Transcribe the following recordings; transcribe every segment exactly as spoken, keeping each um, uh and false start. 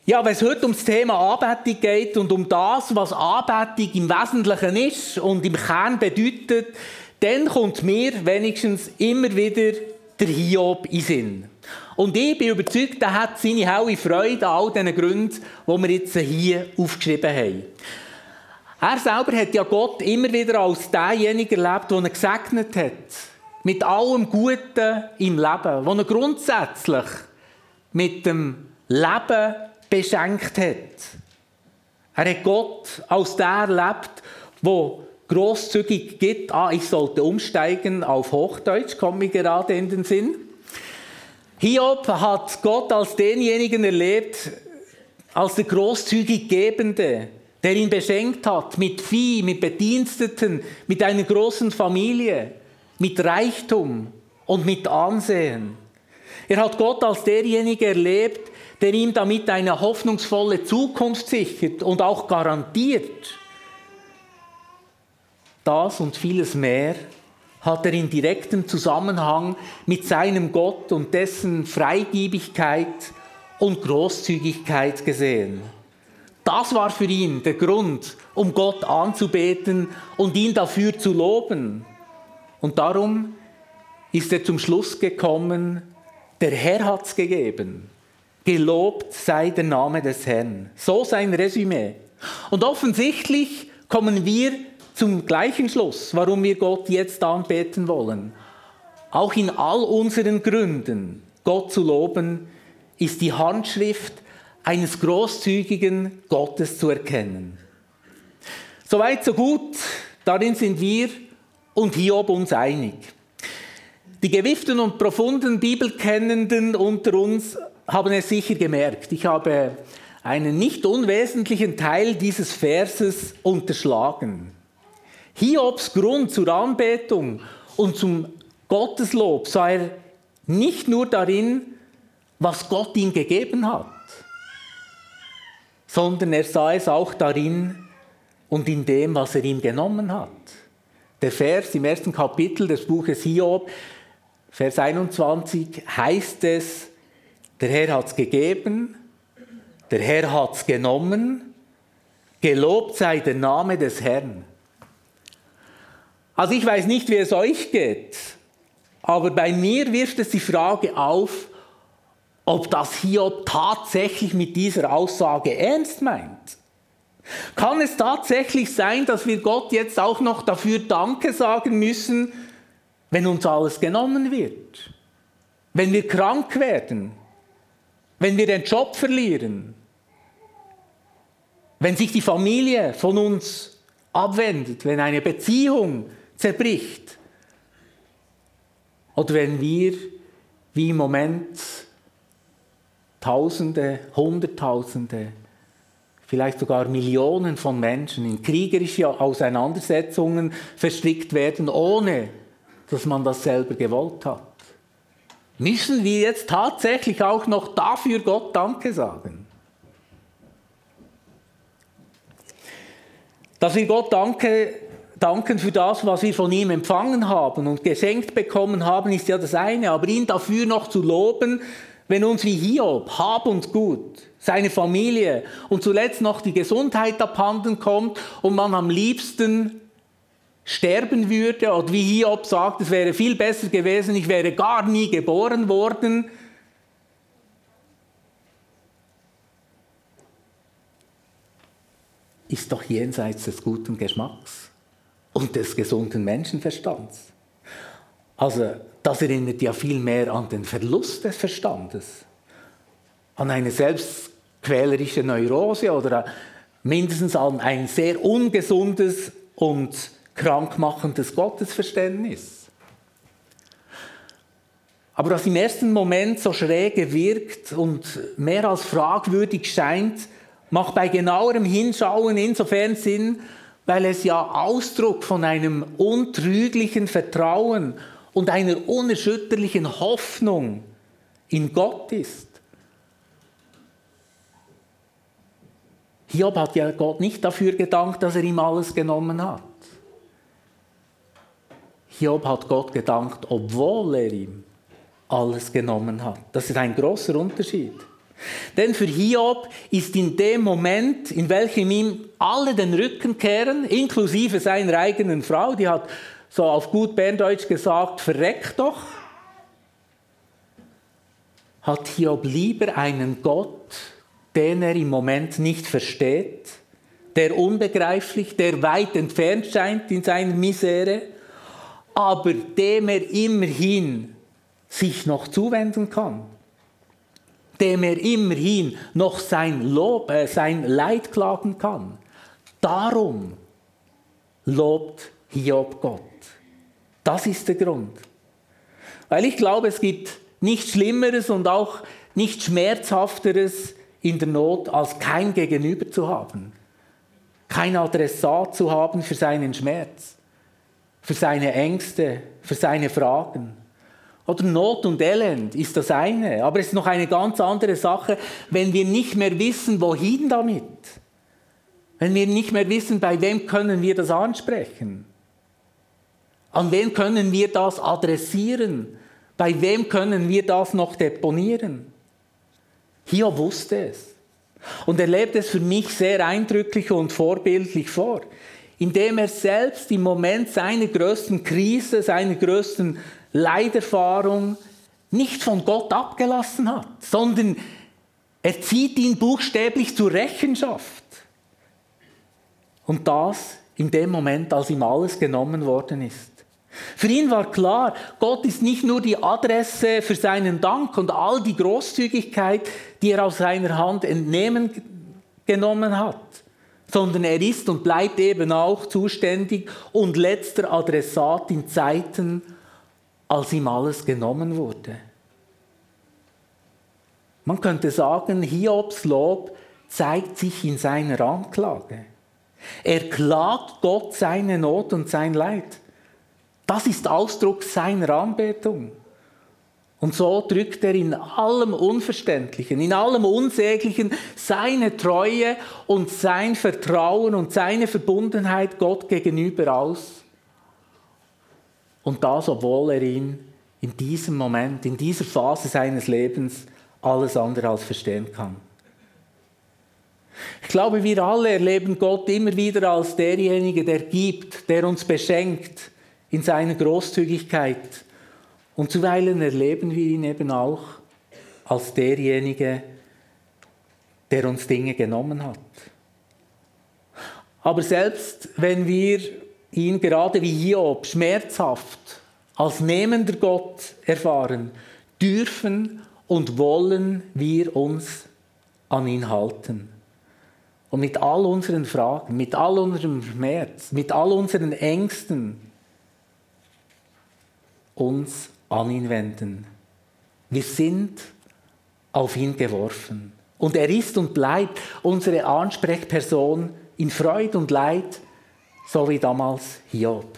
Ja, wenn es heute um das Thema Anbetung geht und um das, was Anbetung im Wesentlichen ist und im Kern bedeutet, dann kommt mir wenigstens immer wieder der Hiob in den Sinn. Und ich bin überzeugt, er hat seine helle Freude an all diesen Gründen, die wir jetzt hier aufgeschrieben haben. Er selber hat ja Gott immer wieder als derjenige erlebt, der ihn gesegnet hat. Mit allem Guten im Leben. Der ihn grundsätzlich mit dem Leben beschenkt hat. Er hat Gott als der erlebt, der grosszügig gibt. Ah, ich sollte umsteigen auf Hochdeutsch, kommt mir gerade in den Sinn. Hiob hat Gott als denjenigen erlebt, als der großzügig Gebende, der ihn beschenkt hat mit Vieh, mit Bediensteten, mit einer großen Familie, mit Reichtum und mit Ansehen. Er hat Gott als derjenige erlebt, der ihm damit eine hoffnungsvolle Zukunft sichert und auch garantiert. Das und vieles mehr hat er in direktem Zusammenhang mit seinem Gott und dessen Freigebigkeit und Großzügigkeit gesehen. Das war für ihn der Grund, um Gott anzubeten und ihn dafür zu loben. Und darum ist er zum Schluss gekommen, der Herr hat's gegeben. Gelobt sei der Name des Herrn. So sein Resümee. Und offensichtlich kommen wir zum gleichen Schluss, warum wir Gott jetzt anbeten wollen. Auch in all unseren Gründen, Gott zu loben, ist die Handschrift eines großzügigen Gottes zu erkennen. Soweit, so gut. Darin sind wir und Hiob uns einig. Die gewieften und profunden Bibelkennenden unter uns haben es sicher gemerkt. Ich habe einen nicht unwesentlichen Teil dieses Verses unterschlagen. Hiobs Grund zur Anbetung und zum Gotteslob sah er nicht nur darin, was Gott ihm gegeben hat, sondern er sah es auch darin und in dem, was er ihm genommen hat. Der Vers im ersten Kapitel des Buches Hiob, Vers einundzwanzig, heißt es, der Herr hat es gegeben, der Herr hat es genommen, gelobt sei der Name des Herrn. Also ich weiß nicht, wie es euch geht, aber bei mir wirft es die Frage auf, ob das Hiob tatsächlich mit dieser Aussage ernst meint. Kann es tatsächlich sein, dass wir Gott jetzt auch noch dafür Danke sagen müssen, wenn uns alles genommen wird? Wenn wir krank werden? Wenn wir den Job verlieren? Wenn sich die Familie von uns abwendet? Wenn eine Beziehung zerbricht? Oder wenn wir, wie im Moment, Tausende, Hunderttausende, vielleicht sogar Millionen von Menschen in kriegerische Auseinandersetzungen verstrickt werden, ohne dass man das selber gewollt hat. Müssen wir jetzt tatsächlich auch noch dafür Gott Danke sagen? Dass wir Gott danke, danken für das, was wir von ihm empfangen haben und geschenkt bekommen haben, ist ja das eine, aber ihn dafür noch zu loben, wenn uns wie Hiob, hab und gut, seine Familie und zuletzt noch die Gesundheit abhanden kommt und man am liebsten sterben würde, oder wie Hiob sagt, es wäre viel besser gewesen, ich wäre gar nie geboren worden. Ist doch jenseits des guten Geschmacks und des gesunden Menschenverstands. Also, das erinnert ja viel mehr an den Verlust des Verstandes, an eine selbstquälerische Neurose oder mindestens an ein sehr ungesundes und krankmachendes Gottesverständnis. Aber was im ersten Moment so schräg wirkt und mehr als fragwürdig scheint, macht bei genauerem Hinschauen insofern Sinn, weil es ja Ausdruck von einem untrüglichen Vertrauen und einer unerschütterlichen Hoffnung in Gott ist. Hiob hat ja Gott nicht dafür gedankt, dass er ihm alles genommen hat. Hiob hat Gott gedankt, obwohl er ihm alles genommen hat. Das ist ein großer Unterschied. Denn für Hiob ist in dem Moment, in welchem ihm alle den Rücken kehren, inklusive seiner eigenen Frau, die hat so auf gut Berndeutsch gesagt, verreck doch, hat Hiob lieber einen Gott, den er im Moment nicht versteht, der unbegreiflich, der weit entfernt scheint in seiner Misere, aber dem er immerhin sich noch zuwenden kann, dem er immerhin noch sein Lob, äh, sein Leid klagen kann. Darum lobt Hiob Gott. Das ist der Grund. Weil ich glaube, es gibt nichts Schlimmeres und auch nichts Schmerzhafteres in der Not, als kein Gegenüber zu haben. Kein Adressat zu haben für seinen Schmerz, für seine Ängste, für seine Fragen. Oder Not und Elend ist das eine, aber es ist noch eine ganz andere Sache, wenn wir nicht mehr wissen, wohin damit. Wenn wir nicht mehr wissen, bei wem können wir das ansprechen. An wen können wir das adressieren? Bei wem können wir das noch deponieren? Hiob wusste es. Und er lebt es für mich sehr eindrücklich und vorbildlich vor, indem er selbst im Moment seiner größten Krise, seiner größten Leiderfahrung nicht von Gott abgelassen hat, sondern er zieht ihn buchstäblich zur Rechenschaft. Und das in dem Moment, als ihm alles genommen worden ist. Für ihn war klar, Gott ist nicht nur die Adresse für seinen Dank und all die Großzügigkeit, die er aus seiner Hand entnehmen genommen hat, sondern er ist und bleibt eben auch zuständig und letzter Adressat in Zeiten, als ihm alles genommen wurde. Man könnte sagen, Hiobs Lob zeigt sich in seiner Anklage. Er klagt Gott seine Not und sein Leid. Das ist Ausdruck seiner Anbetung. Und so drückt er in allem Unverständlichen, in allem Unsäglichen seine Treue und sein Vertrauen und seine Verbundenheit Gott gegenüber aus. Und das, obwohl er ihn in diesem Moment, in dieser Phase seines Lebens alles andere als verstehen kann. Ich glaube, wir alle erleben Gott immer wieder als derjenige, der gibt, der uns beschenkt in seiner Großzügigkeit. Und zuweilen erleben wir ihn eben auch als derjenige, der uns Dinge genommen hat. Aber selbst wenn wir ihn gerade wie Hiob schmerzhaft als nehmender Gott erfahren, dürfen und wollen wir uns an ihn halten. Und mit all unseren Fragen, mit all unserem Schmerz, mit all unseren Ängsten uns an ihn wenden. Wir sind auf ihn geworfen. Und er ist und bleibt unsere Ansprechperson in Freude und Leid, so wie damals Hiob.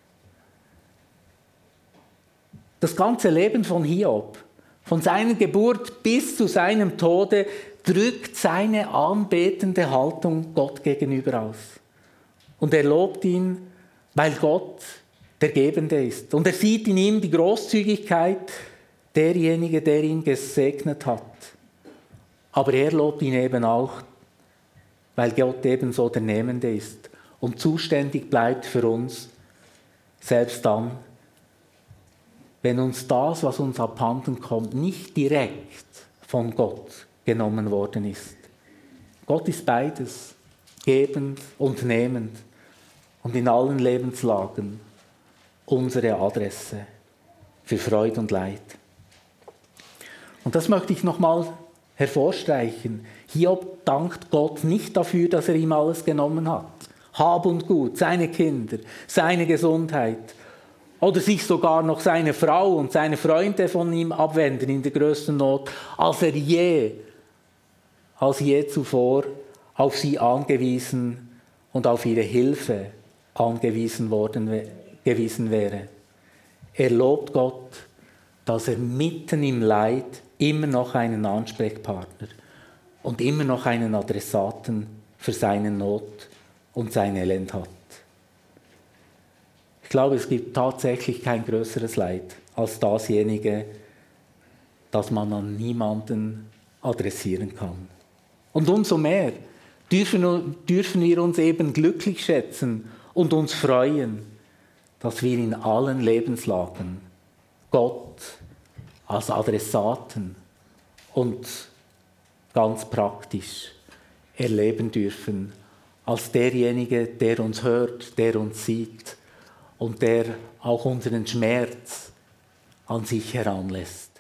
Das ganze Leben von Hiob, von seiner Geburt bis zu seinem Tode, drückt seine anbetende Haltung Gott gegenüber aus. Und er lobt ihn, weil Gott der Gebende ist. Und er sieht in ihm die Großzügigkeit derjenige, der ihn gesegnet hat. Aber er lobt ihn eben auch, weil Gott ebenso der Nehmende ist und zuständig bleibt für uns, selbst dann, wenn uns das, was uns abhanden kommt, nicht direkt von Gott genommen worden ist. Gott ist beides, gebend und nehmend und in allen Lebenslagen unsere Adresse für Freude und Leid. Und das möchte ich nochmal hervorstreichen. Hiob dankt Gott nicht dafür, dass er ihm alles genommen hat. Hab und Gut, seine Kinder, seine Gesundheit oder sich sogar noch seine Frau und seine Freunde von ihm abwenden in der größten Not, als er je, als je zuvor auf sie angewiesen und auf ihre Hilfe angewiesen worden gewesen wäre. Er lobt Gott, dass er mitten im Leid immer noch einen Ansprechpartner und immer noch einen Adressaten für seine Not und sein Elend hat. Ich glaube, es gibt tatsächlich kein größeres Leid als dasjenige, dass man an niemanden adressieren kann. Und umso mehr dürfen, dürfen wir uns eben glücklich schätzen und uns freuen, dass wir in allen Lebenslagen Gott als Adressaten und ganz praktisch erleben dürfen, als derjenige, der uns hört, der uns sieht und der auch unseren Schmerz an sich heranlässt.